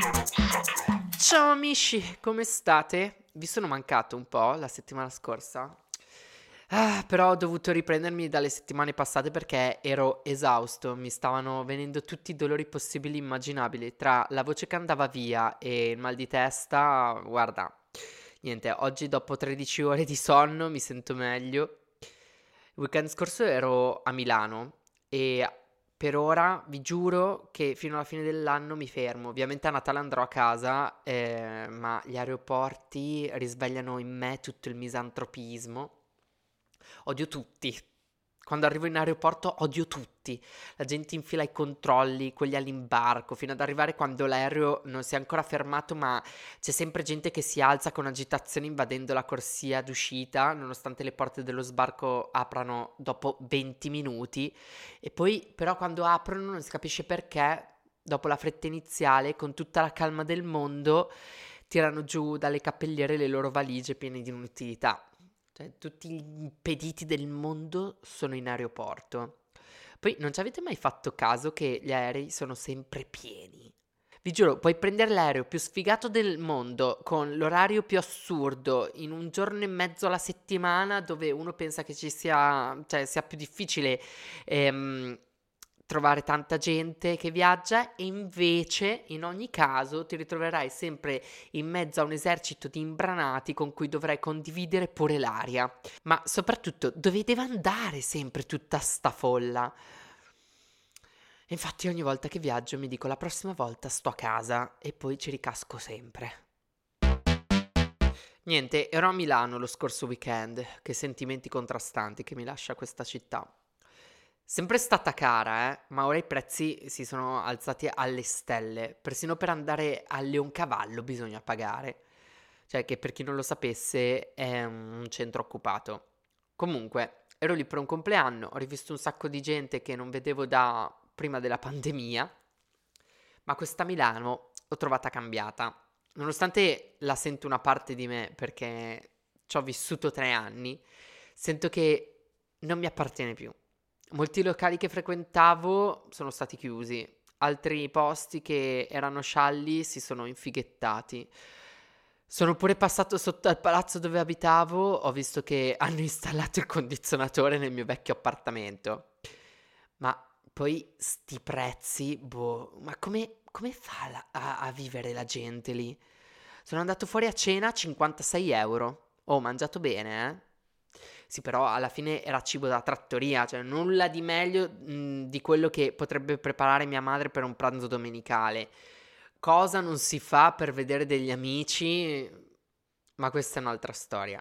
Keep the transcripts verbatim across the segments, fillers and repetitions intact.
Ciao amici, come state? Vi sono mancato un po' la settimana scorsa. Ah, però ho dovuto riprendermi dalle settimane passate perché ero esausto, mi stavano venendo tutti i dolori possibili e immaginabili, tra la voce che andava via e il mal di testa, guarda, niente, oggi dopo tredici ore di sonno mi sento meglio. Il weekend scorso ero a Milano e per ora vi giuro che fino alla fine dell'anno mi fermo. Ovviamente a Natale andrò a casa, eh, ma gli aeroporti risvegliano in me tutto il misantropismo. Odio tutti. Quando arrivo in aeroporto odio tutti. La gente infila i controlli, quelli all'imbarco, fino ad arrivare quando l'aereo non si è ancora fermato, ma c'è sempre gente che si alza con agitazione invadendo la corsia d'uscita, nonostante le porte dello sbarco aprano dopo venti minuti. E poi, però, quando aprono non si capisce perché, dopo la fretta iniziale, con tutta la calma del mondo, tirano giù dalle cappelliere le loro valigie piene di inutilità. Cioè, tutti gli impediti del mondo sono in aeroporto. Poi, non ci avete mai fatto caso che gli aerei sono sempre pieni? Vi giuro, puoi prendere l'aereo più sfigato del mondo, con l'orario più assurdo, in un giorno e mezzo alla settimana, dove uno pensa che ci sia, cioè, sia più difficile ehm, trovare tanta gente che viaggia, e invece, in ogni caso, ti ritroverai sempre in mezzo a un esercito di imbranati con cui dovrai condividere pure l'aria. Ma soprattutto, dove deve andare sempre tutta sta folla? E infatti ogni volta che viaggio mi dico la prossima volta sto a casa e poi ci ricasco sempre. Niente, ero a Milano lo scorso weekend, che sentimenti contrastanti che mi lascia questa città. Sempre stata cara, eh, ma ora i prezzi si sono alzati alle stelle, persino per andare a Leoncavallo bisogna pagare. Cioè che per chi non lo sapesse è un centro occupato. Comunque, ero lì per un compleanno, ho rivisto un sacco di gente che non vedevo da prima della pandemia, ma questa Milano l'ho trovata cambiata. Nonostante la sento una parte di me perché ci ho vissuto tre anni, sento che non mi appartiene più. Molti locali che frequentavo sono stati chiusi, altri posti che erano scialli si sono infighettati. Sono pure passato sotto al palazzo dove abitavo, ho visto che hanno installato il condizionatore nel mio vecchio appartamento. Ma poi sti prezzi, boh, ma come, come fa la- a, a vivere la gente lì? Sono andato fuori a cena, cinquantasei euro. Ho mangiato bene, eh? Sì, però alla fine era cibo da trattoria, cioè nulla di meglio mh, di quello che potrebbe preparare mia madre per un pranzo domenicale. Cosa non si fa per vedere degli amici? Ma questa è un'altra storia.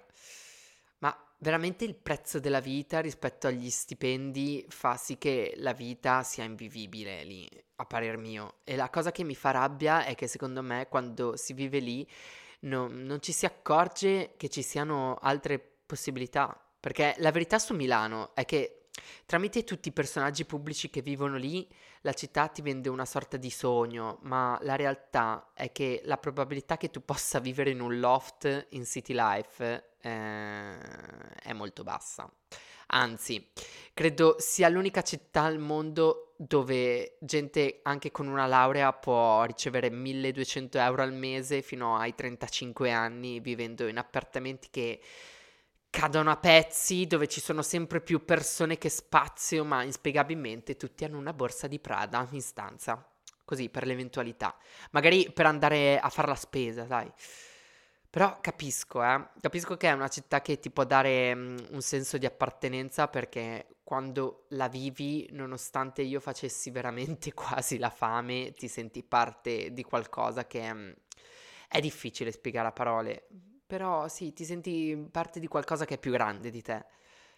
Ma veramente il prezzo della vita rispetto agli stipendi fa sì che la vita sia invivibile lì, a parer mio. E la cosa che mi fa rabbia è che secondo me quando si vive lì no- non ci si accorge che ci siano altre possibilità. Perché la verità su Milano è che tramite tutti i personaggi pubblici che vivono lì, la città ti vende una sorta di sogno, ma la realtà è che la probabilità che tu possa vivere in un loft in City Life eh, è molto bassa. Anzi, credo sia l'unica città al mondo dove gente anche con una laurea può ricevere milleduecento euro al mese fino ai trentacinque anni vivendo in appartamenti che cadono a pezzi, dove ci sono sempre più persone che spazio, ma inspiegabilmente tutti hanno una borsa di Prada in stanza. Così, per l'eventualità. Magari per andare a fare la spesa, sai. Però capisco, eh. Capisco che è una città che ti può dare mm, un senso di appartenenza perché quando la vivi, nonostante io facessi veramente quasi la fame, ti senti parte di qualcosa che mm, è difficile spiegare a parole. Però sì, ti senti parte di qualcosa che è più grande di te.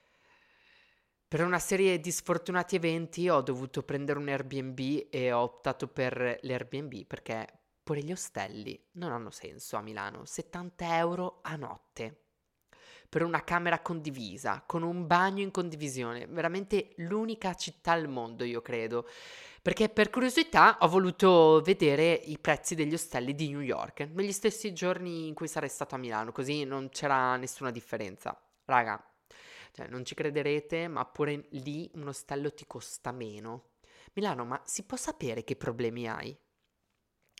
Per una serie di sfortunati eventi ho dovuto prendere un Airbnb e ho optato per l'Airbnb perché pure gli ostelli non hanno senso a Milano. settanta euro a notte per una camera condivisa, con un bagno in condivisione. Veramente l'unica città al mondo, io credo. Perché per curiosità ho voluto vedere i prezzi degli ostelli di New York negli stessi giorni in cui sarei stato a Milano, così non c'era nessuna differenza. Raga, cioè non ci crederete, ma pure lì un ostello ti costa meno. Milano, ma si può sapere che problemi hai?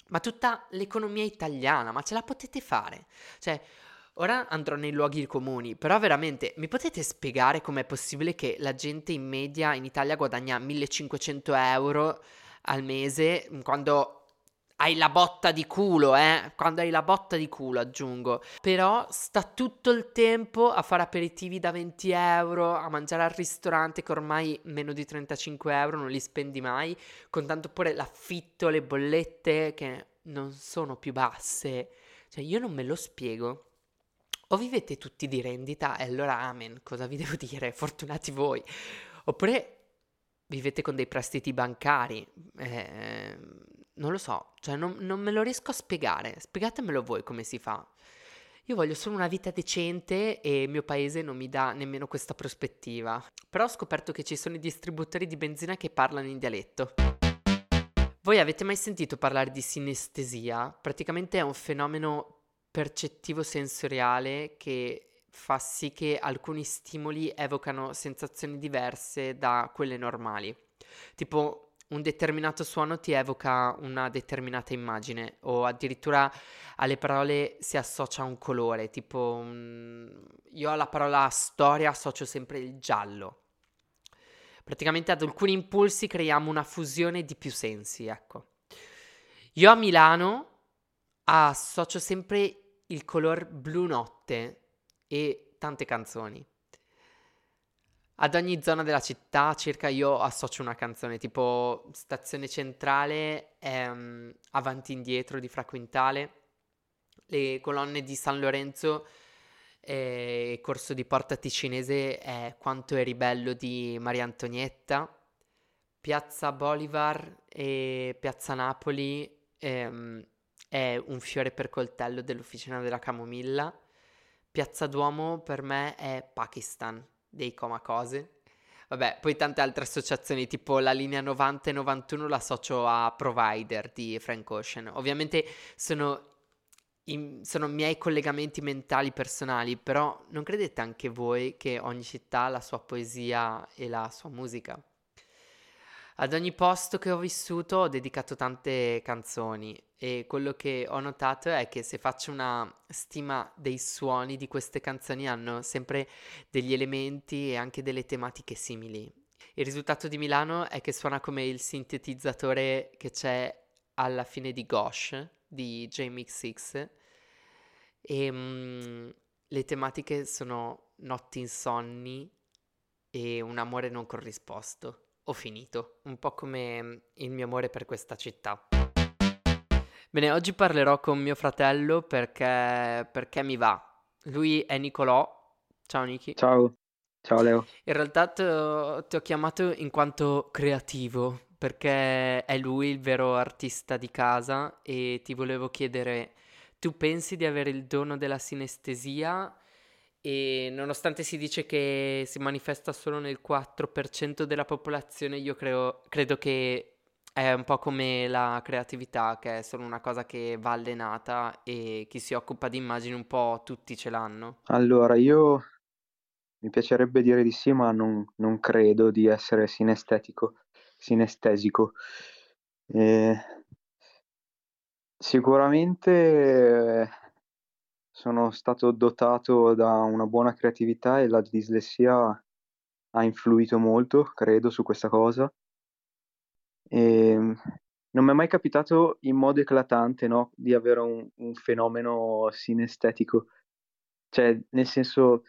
ma tutta l'economia italiana, ma ce la potete fare? Cioè, ora andrò nei luoghi comuni, però veramente mi potete spiegare com'è possibile che la gente in media in Italia guadagna millecinquecento euro al mese quando hai la botta di culo, eh? Quando hai la botta di culo, aggiungo. Però sta tutto il tempo a fare aperitivi da venti euro, a mangiare al ristorante che ormai meno di trentacinque euro non li spendi mai, contando pure l'affitto, le bollette che non sono più basse. Cioè, io non me lo spiego. O vivete tutti di rendita e allora amen, cosa vi devo dire? Fortunati voi. Oppure vivete con dei prestiti bancari. Eh, non lo so, cioè non, non me lo riesco a spiegare. Spiegatemelo voi come si fa. Io voglio solo una vita decente e il mio paese non mi dà nemmeno questa prospettiva. Però ho scoperto che ci sono i distributori di benzina che parlano in dialetto. Voi avete mai sentito parlare di sinestesia? Praticamente è un fenomeno percettivo sensoriale che fa sì che alcuni stimoli evocano sensazioni diverse da quelle normali. Tipo, un determinato suono ti evoca una determinata immagine, o addirittura alle parole si associa un colore. Tipo, mm, io alla parola storia associo sempre il giallo. Praticamente ad alcuni impulsi creiamo una fusione di più sensi, ecco. Io a Milano associo sempre il color blu notte e tante canzoni. Ad ogni zona della città circa io associo una canzone, tipo Stazione Centrale, ehm, Avanti e Indietro di Fra Quintale, le colonne di San Lorenzo e Corso di Porta Ticinese è Quanto eri bello di Maria Antonietta, Piazza Bolivar e Piazza Napoli ehm, è Un fiore per coltello dell'Officina della Camomilla. Piazza Duomo per me è Pakistan dei Comacose. Vabbè, poi tante altre associazioni, tipo la linea novanta e novantuno l'associo a Provider di Frank Ocean. Ovviamente sono, i- sono miei collegamenti mentali personali, però non credete anche voi che ogni città ha la sua poesia e la sua musica? Ad ogni posto che ho vissuto ho dedicato tante canzoni e quello che ho notato è che se faccio una stima dei suoni di queste canzoni hanno sempre degli elementi e anche delle tematiche simili. Il risultato di Milano è che suona come il sintetizzatore che c'è alla fine di Ghosh di J M X X e mm, le tematiche sono notti insonni e un amore non corrisposto. Ho finito, un po' come mm, il mio amore per questa città. Bene, oggi parlerò con mio fratello perché, perché mi va. Lui è Nicolò. Ciao Niki. Ciao, ciao Leo. In realtà ti ho, ti ho chiamato in quanto creativo, perché è lui il vero artista di casa e ti volevo chiedere, tu pensi di avere il dono della sinestesia? E nonostante si dice che si manifesta solo nel quattro per cento della popolazione, io creo- credo che è un po' come la creatività, che è solo una cosa che va allenata e chi si occupa di immagini un po' tutti ce l'hanno. Allora, io mi piacerebbe dire di sì, ma non, non credo di essere sinestetico, sinestesico. Eh, Sicuramente eh, sono stato dotato da una buona creatività e la dislessia ha influito molto, credo, su questa cosa. E non mi è mai capitato in modo eclatante, no, di avere un, un fenomeno sinestetico. Cioè, nel senso,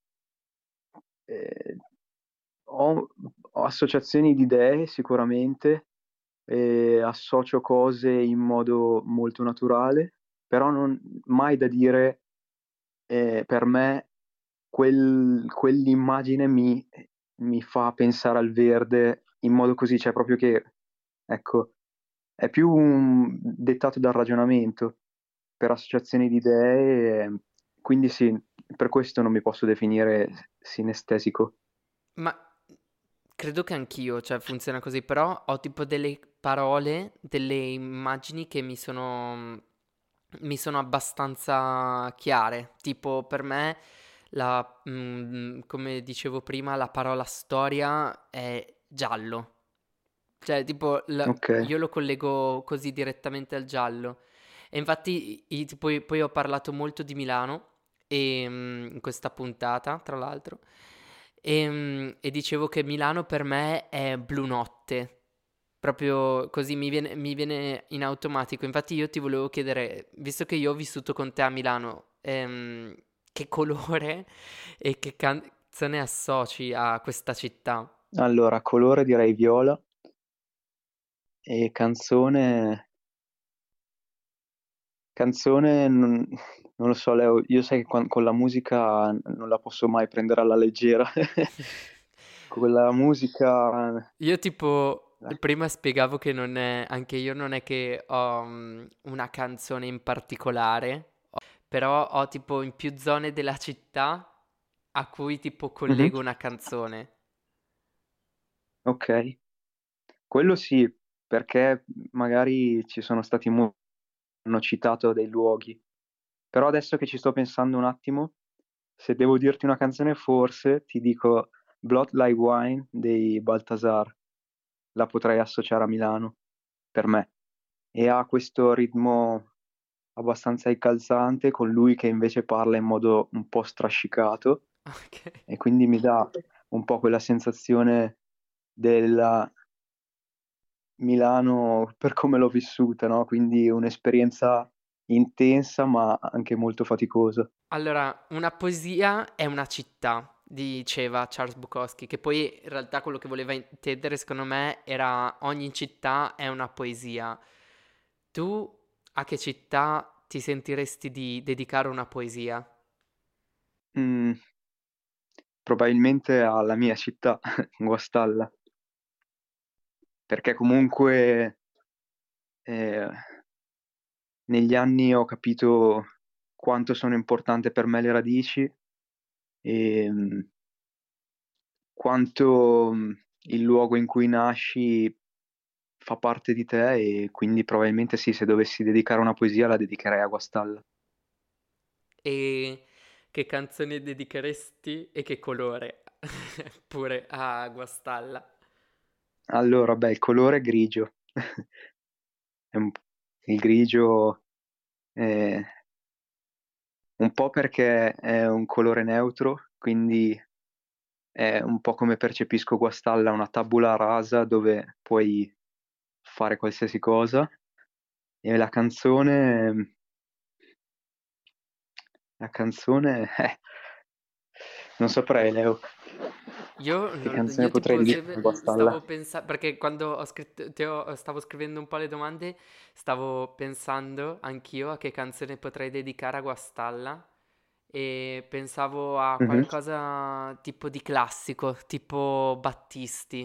eh, ho, ho associazioni di idee sicuramente, e associo cose in modo molto naturale, però non mai da dire eh, per me quel- quell'immagine mi, mi fa pensare al verde in modo così, cioè proprio che, ecco, è più un- dettato dal ragionamento per associazioni di idee, e quindi sì, per questo non mi posso definire sinestesico. Ma credo che anch'io, cioè funziona così, però ho tipo delle parole, delle immagini che mi sono, mi sono abbastanza chiare. Tipo per me, la, mm, come dicevo prima, la parola storia è giallo. Cioè, tipo, la- Ok. io lo collego così direttamente al giallo. E infatti, i- i- poi, poi ho parlato molto di Milano e, mm, in questa puntata, tra l'altro, e, mm, e dicevo che Milano per me è blu notte. Proprio così mi viene, mi viene in automatico. Infatti, io ti volevo chiedere, visto che io ho vissuto con te a Milano, ehm, che colore e che canzone associ a questa città? Allora, colore direi viola e canzone. Canzone, non, non lo so, Leo, io sai che quan- con la musica non la posso mai prendere alla leggera. Con la musica. Io tipo prima spiegavo che non è, anche io non è che ho mm, una canzone in particolare, però ho tipo in più zone della città a cui tipo Mhm. collego una canzone. Ok, quello sì, perché magari ci sono stati molti che hanno citato dei luoghi, però adesso che ci sto pensando un attimo, se devo dirti una canzone, forse ti dico Blood Like Wine dei Baltasar, la potrei associare a Milano, per me, e ha questo ritmo abbastanza incalzante, con lui che invece parla in modo un po' strascicato, Ok. e quindi mi dà un po' quella sensazione della Milano per come l'ho vissuta, no? Quindi un'esperienza intensa ma anche molto faticosa. Allora, una poesia è una città, diceva Charles Bukowski, che poi in realtà quello che voleva intendere, secondo me, era ogni città è una poesia. Tu a che città ti sentiresti di dedicare una poesia? Mm, probabilmente alla mia città, Guastalla, perché comunque eh, negli anni ho capito quanto sono importante per me le radici e mm, quanto mm, il luogo in cui nasci fa parte di te e quindi probabilmente sì, se dovessi dedicare una poesia la dedicherei a Guastalla. E che canzone dedicheresti e che colore? Pure a Guastalla. Allora, beh, il colore è grigio. È un- il grigio è un po' perché è un colore neutro, quindi è un po' come percepisco Guastalla, una tabula rasa dove puoi fare qualsiasi cosa. E la canzone, la canzone, eh, non saprei, Leo, Io, che non- canzone io potrei tipo dire se- a stavo Guastalla. pensando, perché quando ho scritto, ti ho- stavo scrivendo un po' le domande, stavo pensando anch'io a che canzone potrei dedicare a Guastalla e pensavo a Mhm. qualcosa tipo di classico, tipo Battisti,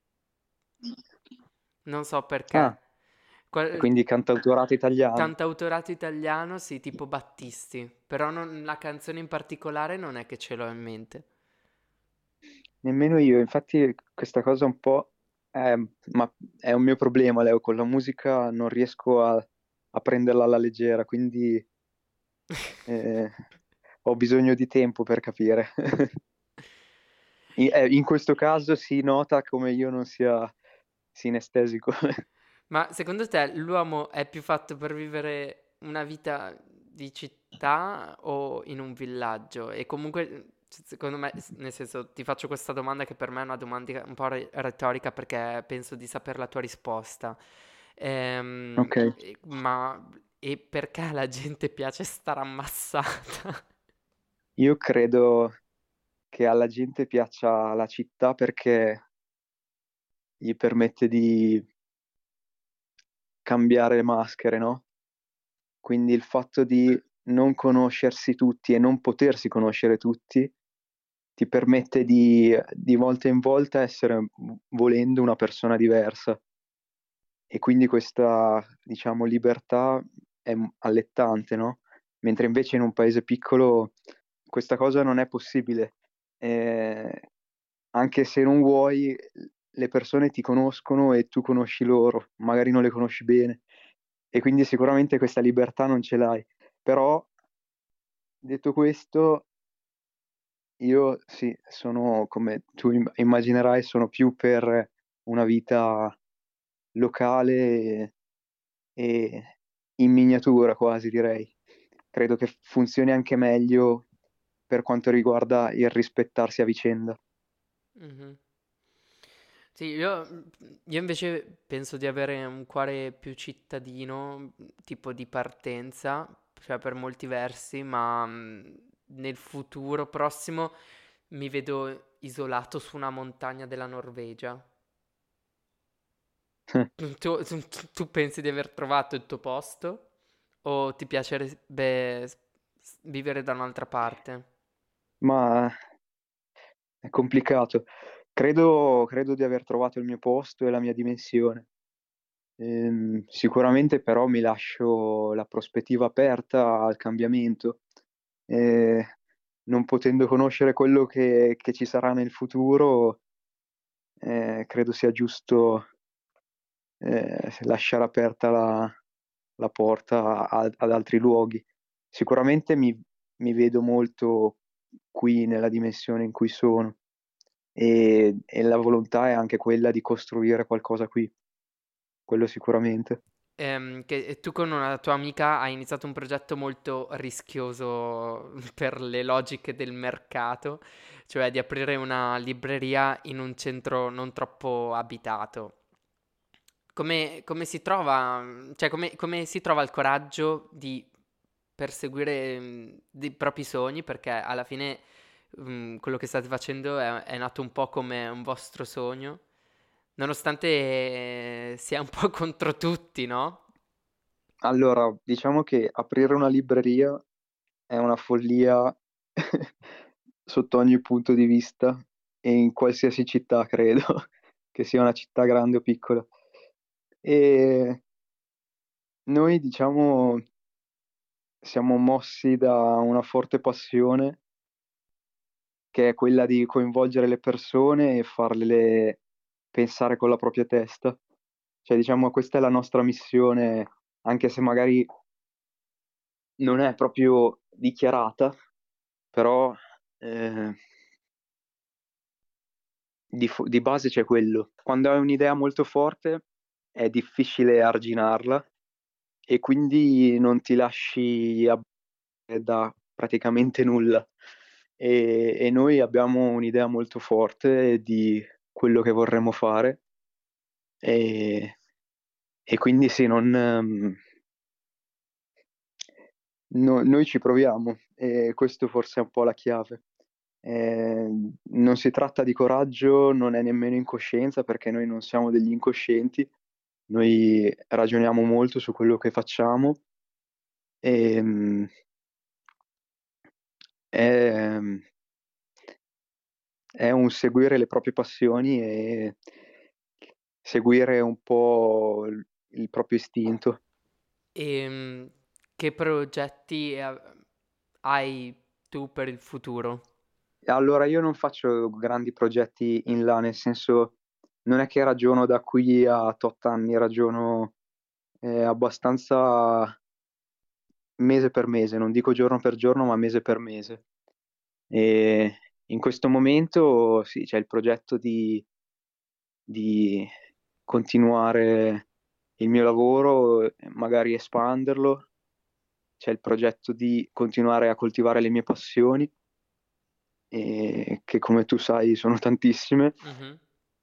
non so perché. Ah, e Qual- quindi cantautorato italiano. Cantautorato italiano, sì, tipo Battisti, però non- la canzone in particolare non è che ce l'ho in mente. Nemmeno io, infatti questa cosa un po' è, ma è un mio problema, Leo, con la musica non riesco a, a prenderla alla leggera, quindi eh, ho bisogno di tempo per capire. In, eh, in questo caso si nota come io non sia sinestesico. Ma secondo te l'uomo è più fatto per vivere una vita di città o in un villaggio? E comunque, se- secondo me, s- nel senso, ti faccio questa domanda che per me è una domanda un po' re- retorica perché penso di sapere la tua risposta. Ehm, Ok, e- ma e perché alla gente piace stare ammassata? io credo che alla gente piaccia la città perché gli permette di cambiare le maschere, no? Quindi il fatto di non conoscersi tutti e non potersi conoscere tutti ti permette di, di volta in volta essere, volendo, una persona diversa. E quindi questa, diciamo, libertà è allettante, no? Mentre invece in un paese piccolo questa cosa non è possibile. Eh, anche se non vuoi, le persone ti conoscono e tu conosci loro, magari non le conosci bene. E quindi sicuramente questa libertà non ce l'hai. Però, detto questo, io sì, sono come tu im- immaginerai, sono più per una vita locale e, e in miniatura quasi direi. Credo che funzioni anche meglio per quanto riguarda il rispettarsi a vicenda. Mhm. Sì, io, io invece penso di avere un cuore più cittadino, tipo di partenza, cioè per molti versi, ma mh, nel futuro prossimo mi vedo isolato su una montagna della Norvegia. Tu, tu- tu pensi di aver trovato il tuo posto o ti piacerebbe s- s- vivere da un'altra parte? Ma è complicato. Credo, credo di aver trovato il mio posto e la mia dimensione. Ehm, sicuramente però mi lascio la prospettiva aperta al cambiamento, e non potendo conoscere quello che, che ci sarà nel futuro, eh, credo sia giusto eh, lasciare aperta la, la porta a- ad altri luoghi. Sicuramente mi, mi vedo molto qui nella dimensione in cui sono e, e la volontà è anche quella di costruire qualcosa qui, quello sicuramente. Ehm, che tu con una tua amica hai iniziato un progetto molto rischioso per le logiche del mercato, cioè di aprire una libreria in un centro non troppo abitato. Come, come si trova, cioè come, come si trova il coraggio di perseguire mm, dei propri sogni? Perché alla fine mm, quello che state facendo è, è nato un po' come un vostro sogno, nonostante eh, sia un po' contro tutti, no? Allora, diciamo che aprire una libreria è una follia sotto ogni punto di vista e in qualsiasi città, credo, che sia una città grande o piccola. E noi, diciamo, siamo mossi da una forte passione che è quella di coinvolgere le persone e farle pensare con la propria testa. Cioè, diciamo, questa è la nostra missione, anche se magari non è proprio dichiarata, però eh, di, fo- di base c'è quello. Quando hai un'idea molto forte è difficile arginarla e quindi non ti lasci abbattere da praticamente nulla. E, e noi abbiamo un'idea molto forte di quello che vorremmo fare e, e quindi sì, non, ehm, no- noi ci proviamo e questo forse è un po' la chiave. Eh, non si tratta di coraggio, non è nemmeno incoscienza perché noi non siamo degli incoscienti, noi ragioniamo molto su quello che facciamo e mm, è, è un seguire le proprie passioni e seguire un po' il, il proprio istinto. E che progetti eh, hai tu per il futuro? Allora, io non faccio grandi progetti in là, nel senso, non è che ragiono da qui a tot anni, ragiono eh, abbastanza mese per mese, non dico giorno per giorno, ma mese per mese. E in questo momento sì, c'è il progetto di, di continuare il mio lavoro, e magari espanderlo, c'è il progetto di continuare a coltivare le mie passioni, e che come tu sai sono tantissime. Mhm.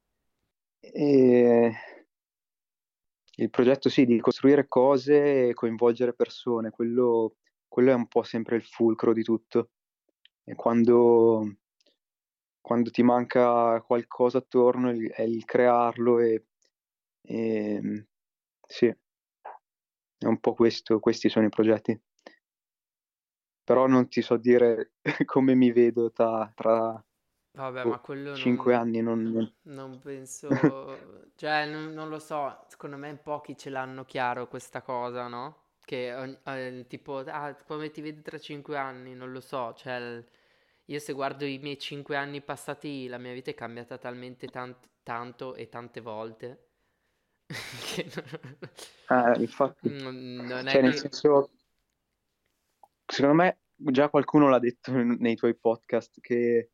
E il progetto sì, di costruire cose e coinvolgere persone, quello, quello è un po' sempre il fulcro di tutto. E quando, quando ti manca qualcosa attorno il- è il crearlo e, e sì, è un po' questo, questi sono i progetti. Però non ti so dire come mi vedo tra, tra Vabbè, ma boh, quello cinque non, anni, non... non- non penso, cioè non, non lo so, secondo me pochi ce l'hanno chiaro questa cosa, no? Che ogni- eh, tipo, ah, come ti vedi tra cinque anni? Non lo so, cioè il- io se guardo i miei cinque anni passati, la mia vita è cambiata talmente tant- tanto e tante volte che Eh, infatti, non, non è cioè nel che... senso, secondo me già qualcuno l'ha detto nei tuoi podcast che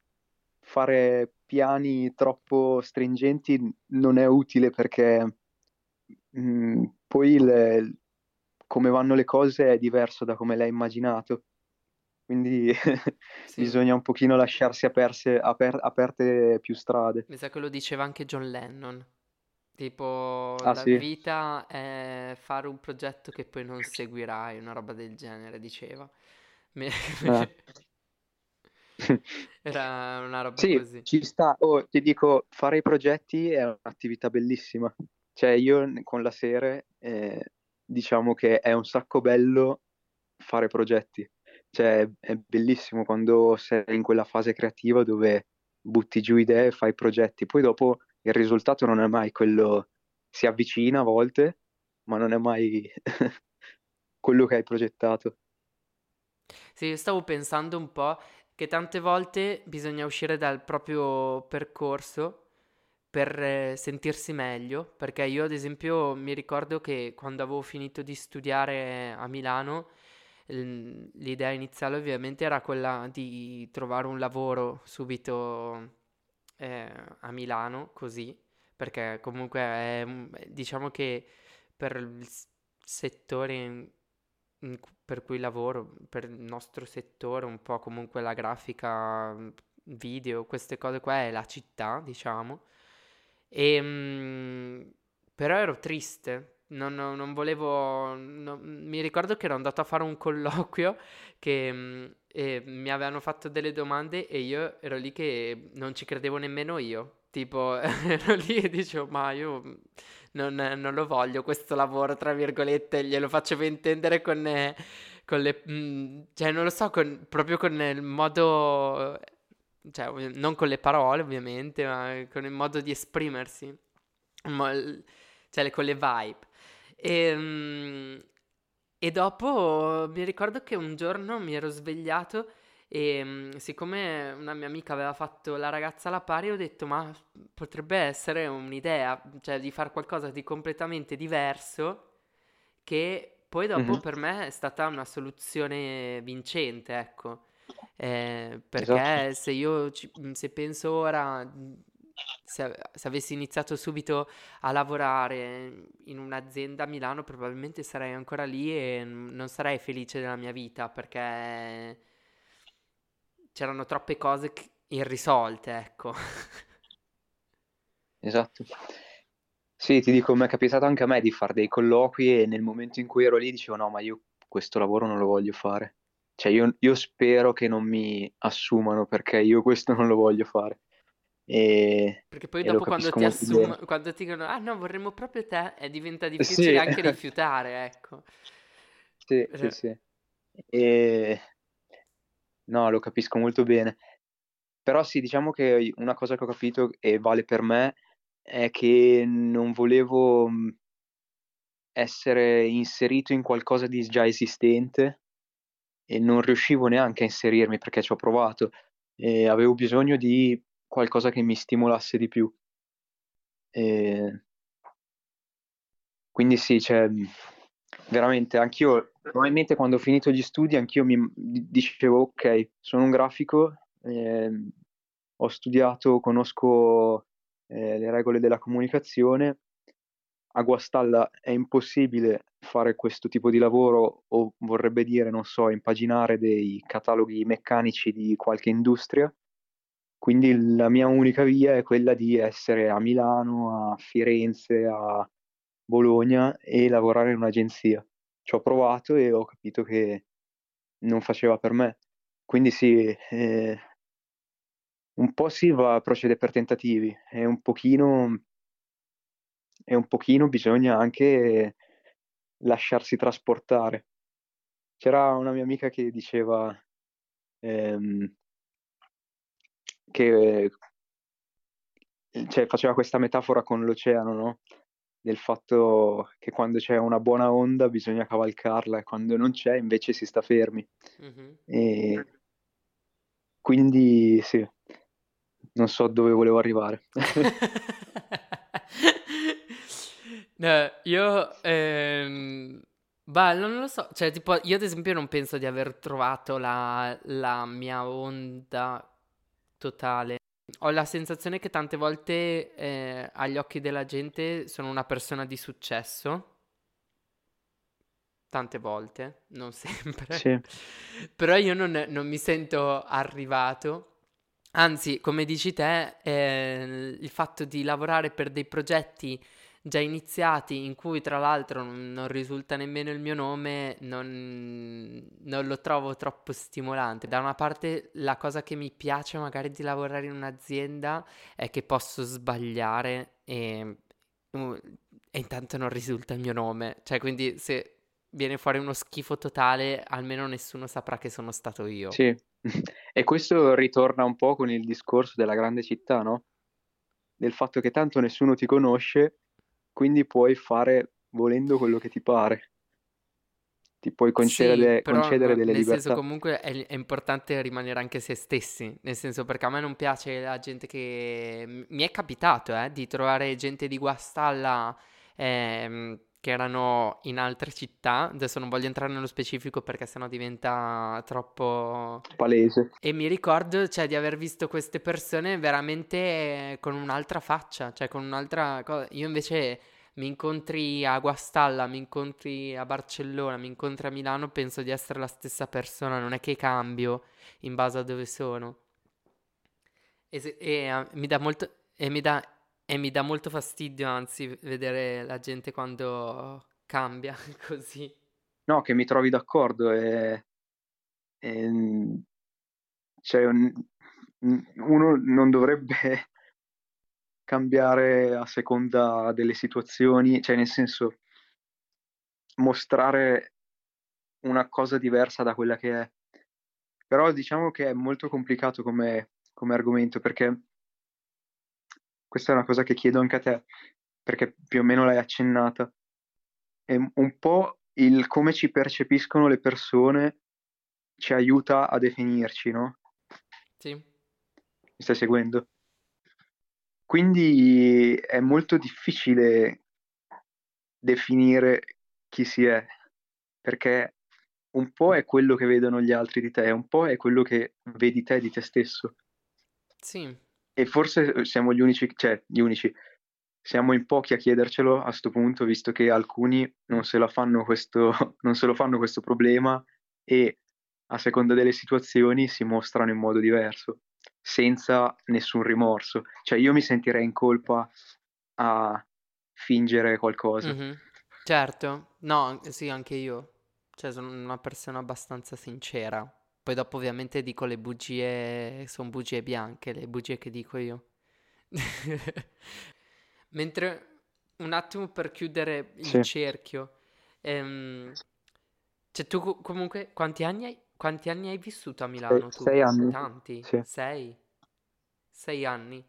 fare piani troppo stringenti non è utile perché mm, poi il- come vanno le cose è diverso da come l'hai immaginato, quindi Sì, bisogna un pochino lasciarsi aperse- aper- aperte più strade. mi sa che lo diceva anche John Lennon. Tipo, Ah la sì? vita è fare un progetto che poi non seguirai, una roba del genere, diceva. Mi- Ah. Era una roba Sì, così. ci sta. Oh, ti dico, fare i progetti è un'attività bellissima. Cioè, io n- con la serie, eh, diciamo che è un sacco bello fare progetti. Cioè, è bellissimo quando sei in quella fase creativa dove butti giù idee e fai progetti. Poi dopo il risultato non è mai quello, si avvicina a volte, ma non è mai quello che hai progettato. Sì, io stavo pensando un po' che tante volte bisogna uscire dal proprio percorso per eh, sentirsi meglio, perché io ad esempio mi ricordo che quando avevo finito di studiare a Milano, l- l'idea iniziale ovviamente era quella di trovare un lavoro subito eh, a Milano, così, perché comunque è, un- diciamo che per il s- settore in- in cu- per cui lavoro, per il nostro settore, un po' comunque la grafica, mh, video, queste cose qua è la città, diciamo. E, mm, però ero triste, non, non- non volevo, non- mi ricordo che ero andato a fare un colloquio che mm, e mi avevano fatto delle domande e io ero lì che non ci credevo nemmeno io. Tipo, ero lì e dicevo, ma io mm, non, non lo voglio questo lavoro, tra virgolette, glielo facevo intendere con, eh, con le... mm, cioè, non lo so, con- proprio con il modo... Cioè, ovvi- non con le parole, ovviamente, ma con il modo di esprimersi. Il mo- il- cioè, le- con le vibe. E, mm, e dopo mi ricordo che un giorno mi ero svegliato e mm, siccome una mia amica aveva fatto la ragazza alla pari, ho detto, ma potrebbe essere un'idea, cioè di fare qualcosa di completamente diverso che poi dopo Mhm. per me è stata una soluzione vincente, ecco. Eh, Esatto. perché se io ci- se penso ora, mh, se, se avessi iniziato subito a lavorare in un'azienda a Milano, probabilmente sarei ancora lì e n- non sarei felice della mia vita perché c'erano troppe cose che- irrisolte, ecco. Esatto. Sì, ti dico, mi è capitato anche a me di fare dei colloqui e nel momento in cui ero lì dicevo no, ma io questo lavoro non lo voglio fare. Cioè io, io spero che non mi assumano perché io questo non lo voglio fare e, Perché poi e lo dopo quando capisco ti molto bene. assumono, quando ti dicono, ah no, vorremmo proprio te, e diventa difficile Sì, anche rifiutare, ecco. sì, sì, Eh, sì. E no, lo capisco molto bene. Però sì, diciamo che una cosa che ho capito e vale per me è che non volevo mh, essere inserito in qualcosa di già esistente e non riuscivo neanche a inserirmi perché ci ho provato e avevo bisogno di qualcosa che mi stimolasse di più. E quindi sì, cioè, mh, veramente anch'io, probabilmente quando ho finito gli studi, anch'io mi di- dicevo, ok, sono un grafico, ehm, ho studiato, conosco eh, le regole della comunicazione, a Guastalla è impossibile fare questo tipo di lavoro o vorrebbe dire, non so, impaginare dei cataloghi meccanici di qualche industria. Quindi la mia unica via è quella di essere a Milano, a Firenze, a Bologna e lavorare in un'agenzia. Ci ho provato e ho capito che non faceva per me. Quindi sì, eh, un po' si va, procede per tentativi e un pochino, e un pochino bisogna anche lasciarsi trasportare. C'era una mia amica che diceva ehm, che cioè, faceva questa metafora con l'oceano, no? Del fatto che quando c'è una buona onda bisogna cavalcarla e quando non c'è invece si sta fermi. mhm. E quindi sì, non so dove volevo arrivare. No, io, ehm, bah, non lo so, cioè, tipo, io ad esempio non penso di aver trovato la, la mia onda totale. Ho la sensazione che tante volte eh, agli occhi della gente sono una persona di successo, tante volte, non sempre, Sì, però io non, non mi sento arrivato. Anzi, come dici te, eh, il fatto di lavorare per dei progetti già iniziati, in cui tra l'altro non, non risulta nemmeno il mio nome, non, non lo trovo troppo stimolante. Da una parte, la cosa che mi piace magari di lavorare in un'azienda è che posso sbagliare e, uh, e intanto non risulta il mio nome. Cioè, quindi se viene fuori uno schifo totale, almeno nessuno saprà che sono stato io. sì. E questo ritorna un po' con il discorso della grande città, no? Del fatto che tanto nessuno ti conosce, quindi puoi fare volendo quello che ti pare, ti puoi Sì, concedere, però concedere no- delle nel senso libertà. comunque è, è importante rimanere anche se stessi, nel senso perché a me non piace la gente che... m- Mi è capitato, eh, di trovare gente di Guastalla ehm, che erano in altre città, adesso non voglio entrare nello specifico perché sennò diventa troppo... Palese. E mi ricordo, cioè, di aver visto queste persone veramente con un'altra faccia, cioè con un'altra cosa. Io invece mi incontri a Guastalla, mi incontri a Barcellona, mi incontri a Milano, penso di essere la stessa persona, non è che cambio in base a dove sono. E, se- e, eh, mi dà molto, e mi dà, e mi dà molto fastidio, anzi, vedere la gente quando cambia così. No, che mi trovi d'accordo. E, e, cioè, un- uno non dovrebbe cambiare a seconda delle situazioni, cioè nel senso mostrare una cosa diversa da quella che è. Però diciamo che è molto complicato come, come argomento, perché questa è una cosa che chiedo anche a te, perché più o meno l'hai accennata. È un po' il come ci percepiscono le persone ci aiuta a definirci, no? Sì? Mi stai seguendo? Quindi è molto difficile definire chi si è, perché un po' è quello che vedono gli altri di te, un po' è quello che vedi te di te stesso. Sì. E forse siamo gli unici, cioè gli unici, siamo in pochi a chiedercelo a sto punto, visto che alcuni non se la fanno questo, non se lo fanno questo problema e a seconda delle situazioni si mostrano in modo diverso, senza nessun rimorso. Cioè io mi sentirei in colpa a fingere qualcosa. Mhm. Certo, no, an- sì, anche io. Cioè, sono una persona abbastanza sincera. Poi dopo ovviamente dico le bugie, sono bugie bianche, le bugie che dico io. Mentre un attimo per chiudere il Sì, cerchio, ehm, cioè tu co- comunque quanti anni hai, quanti anni hai vissuto a sei, Milano tu? sei anni. Tanti? Sì. Sei? Sei anni?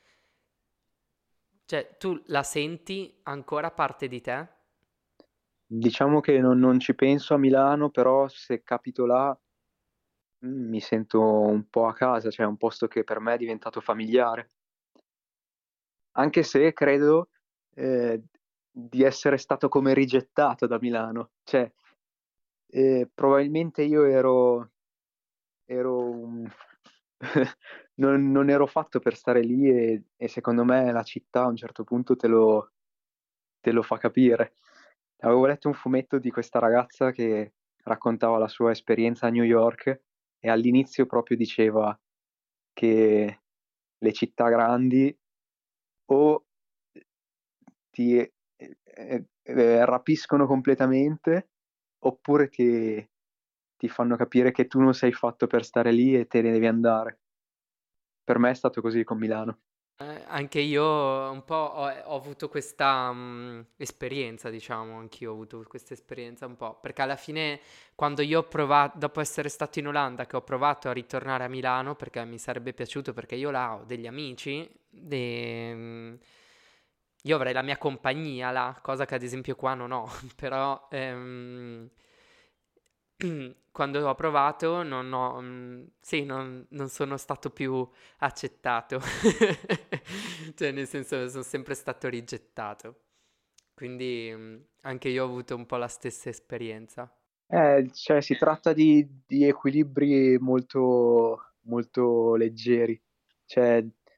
Cioè tu la senti ancora parte di te? Diciamo che non, non ci penso a Milano, però se capito là mm, mi sento un po' a casa, cioè è un posto che per me è diventato familiare. Anche se credo eh, di essere stato come rigettato da Milano. Cioè, eh, probabilmente io ero, ero un- non, non ero fatto per stare lì e, e secondo me la città a un certo punto te lo, te lo fa capire. Avevo letto un fumetto di questa ragazza che raccontava la sua esperienza a New York e all'inizio proprio diceva che le città grandi o ti eh, eh, eh, rapiscono completamente oppure ti, ti fanno capire che tu non sei fatto per stare lì e te ne devi andare. Per me è stato così con Milano. Eh, anche io un po' ho, ho avuto questa mm, esperienza, diciamo, anch'io ho avuto questa esperienza un po', perché alla fine quando io ho provato, dopo essere stato in Olanda, che ho provato a ritornare a Milano, perché mi sarebbe piaciuto, perché io là ho degli amici, de- mm, io avrei la mia compagnia là, cosa che ad esempio qua non ho, però ehm, quando ho provato non ho, mm, sì, non, non sono stato più accettato, cioè nel senso sono sempre stato rigettato, quindi mm, anche io ho avuto un po' la stessa esperienza. Eh, cioè, si tratta di, di equilibri molto, molto leggeri. Cioè,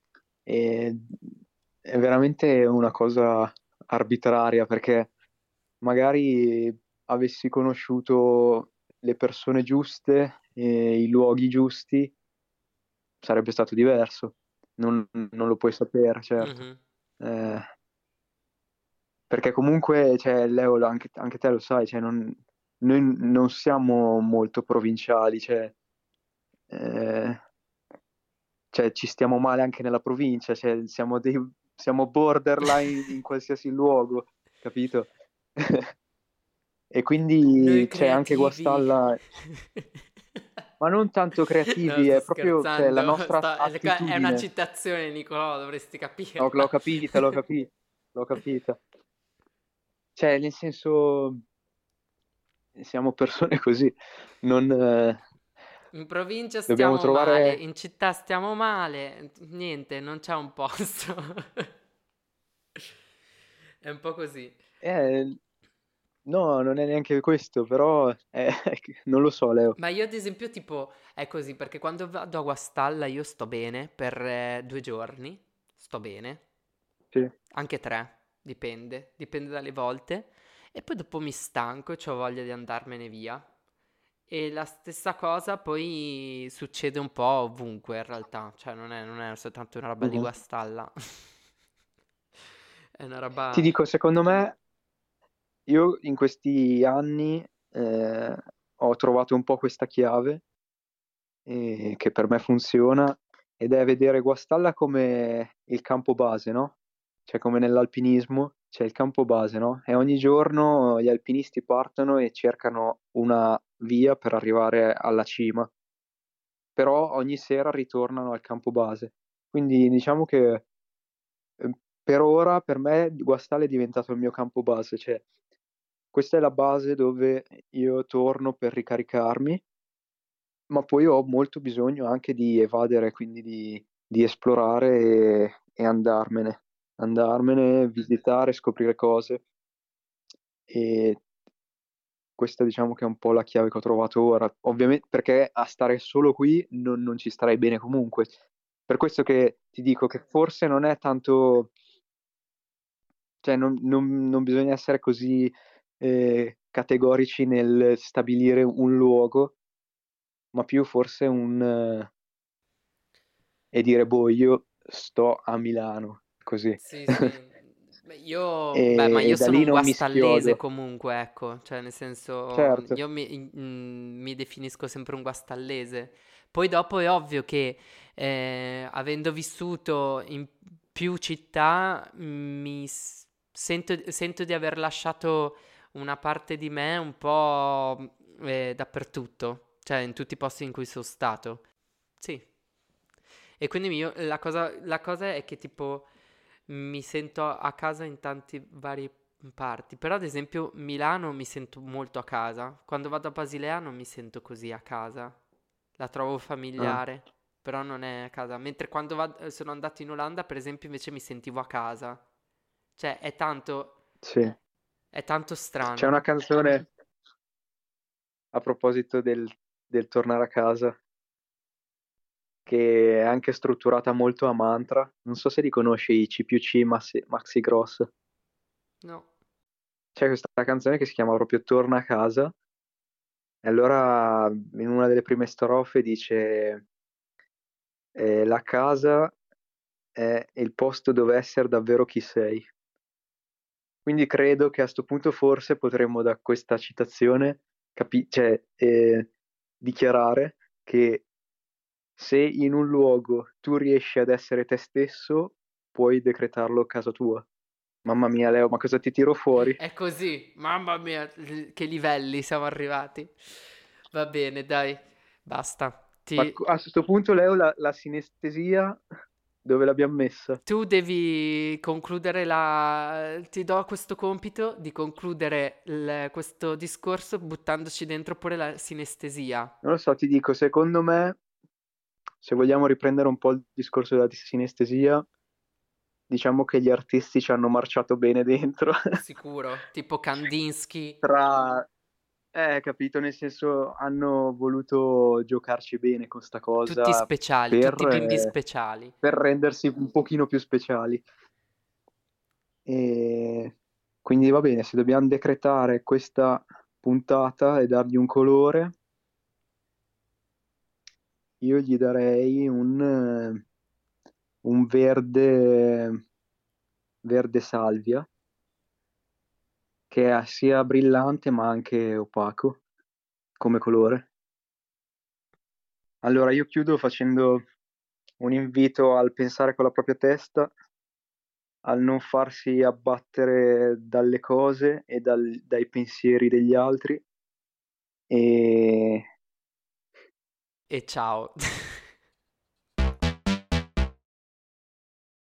E è veramente una cosa arbitraria perché magari avessi conosciuto le persone giuste e i luoghi giusti, sarebbe stato diverso. Non, non lo puoi sapere, certo. Mhm. Eh, perché comunque, cioè, Leo, lo- anche, anche te lo sai, cioè, non- noi non siamo molto provinciali, cioè, eh, cioè, ci stiamo male anche nella provincia, cioè, siamo, dei, siamo borderline in qualsiasi luogo, capito? E Noi quindi c'è anche creativi. Guastalla, ma non tanto No, creativi, sto è proprio, cioè, la scherzando. nostra Sto- È una attitudine. citazione, Nicolò, dovresti L'ho l'ho capirla. capita, l'ho capita, l'ho capita. Cioè, nel senso, siamo persone così, non, eh, In provincia dobbiamo stiamo male, trovare. in città stiamo male, niente, non c'è un posto. È un po' così. Eh, no, non è neanche questo, però eh, non lo so, Leo. Ma io ad esempio tipo è così perché quando vado a Guastalla io sto bene per eh, due giorni, sto bene, Sì. anche tre, dipende, dipende dalle volte, e poi dopo mi stanco e ho voglia di andarmene via. E la stessa cosa poi succede un po' ovunque in realtà, cioè non è, non è soltanto una roba di Mhm. Guastalla, è una Ti roba... dico, secondo me, io in questi anni eh, ho trovato un po' questa chiave eh, che per me funziona ed è vedere Guastalla come il campo base, no? Cioè come nell'alpinismo c'è il campo base, no? E ogni giorno gli alpinisti partono e cercano una via per arrivare alla cima, però ogni sera ritornano al campo base. Quindi diciamo che eh, per ora per me Guastalla è diventato il mio campo base, cioè questa è la base dove io torno per ricaricarmi, ma poi ho molto bisogno anche di evadere, quindi di, di esplorare e, e andarmene, andarmene, visitare, scoprire cose. E questa diciamo che è un po' la chiave che ho trovato ora. Ovviamente perché a stare solo qui non, non ci starei bene comunque. Per questo che ti dico che forse non è tanto, cioè non, non- non bisogna essere così eh, categorici nel stabilire un luogo, ma più forse un... eh, e dire, boh, io sto a Milano, così. Sì, sì. Beh, io, beh, ma E, io e da sono lì un non mi guastallese schiodo. comunque, ecco, cioè nel senso Certo. io mi, mm, mi definisco sempre un guastallese. Poi dopo è ovvio che eh, avendo vissuto in più città mi s- sento, sento di aver lasciato una parte di me un po' eh, dappertutto, cioè in tutti i posti in cui sono stato. Sì. E quindi io, la cosa, la cosa è che tipo mi sento a casa in tanti vari parti, però ad esempio Milano mi sento molto a casa. Quando vado a Basilea non mi sento così a casa. La trovo Ah, familiare, però non è a casa. Mentre quando vado- sono andato in Olanda, per esempio, invece mi sentivo a casa. Cioè, è tanto, sì. è tanto C'è strano. una canzone a proposito del, del tornare a casa che è anche strutturata molto a mantra. Non so se li conosci i C più C Maxi, Maxi Gross. No. C'è questa canzone che si chiama proprio Torna a casa. E allora in una delle prime strofe dice eh, la casa è il posto dove essere davvero chi sei. Quindi credo che a sto punto forse potremmo da questa citazione capi- cioè, eh, dichiarare che se in un luogo tu riesci ad essere te stesso, puoi decretarlo casa tua. Mamma mia, Leo, ma cosa ti tiro fuori? È così, mamma mia, l- che livelli siamo arrivati. Va bene, dai, basta. Ma Ti, co- a questo punto, Leo, la, la sinestesia dove l'abbiamo messa? Tu devi concludere la... Ti do questo compito di concludere il- questo discorso buttandoci dentro pure la sinestesia. Non lo so, ti dico, secondo me, se vogliamo riprendere un po' il discorso della sinestesia, diciamo che gli artisti ci hanno marciato bene dentro. Sicuro, tipo Kandinsky. Tra Eh, capito, nel senso hanno voluto giocarci bene con 'sta Tutti cosa speciali, per tutti bimbi eh, speciali. per rendersi un pochino più speciali. E quindi va bene, se dobbiam decretare questa puntata e dargli un colore, io gli darei un eh, un verde verde salvia, che è sia brillante ma anche opaco come colore. Allora io chiudo facendo un invito al pensare con la propria testa, al non farsi abbattere dalle cose e dal- dai pensieri degli altri e E ciao.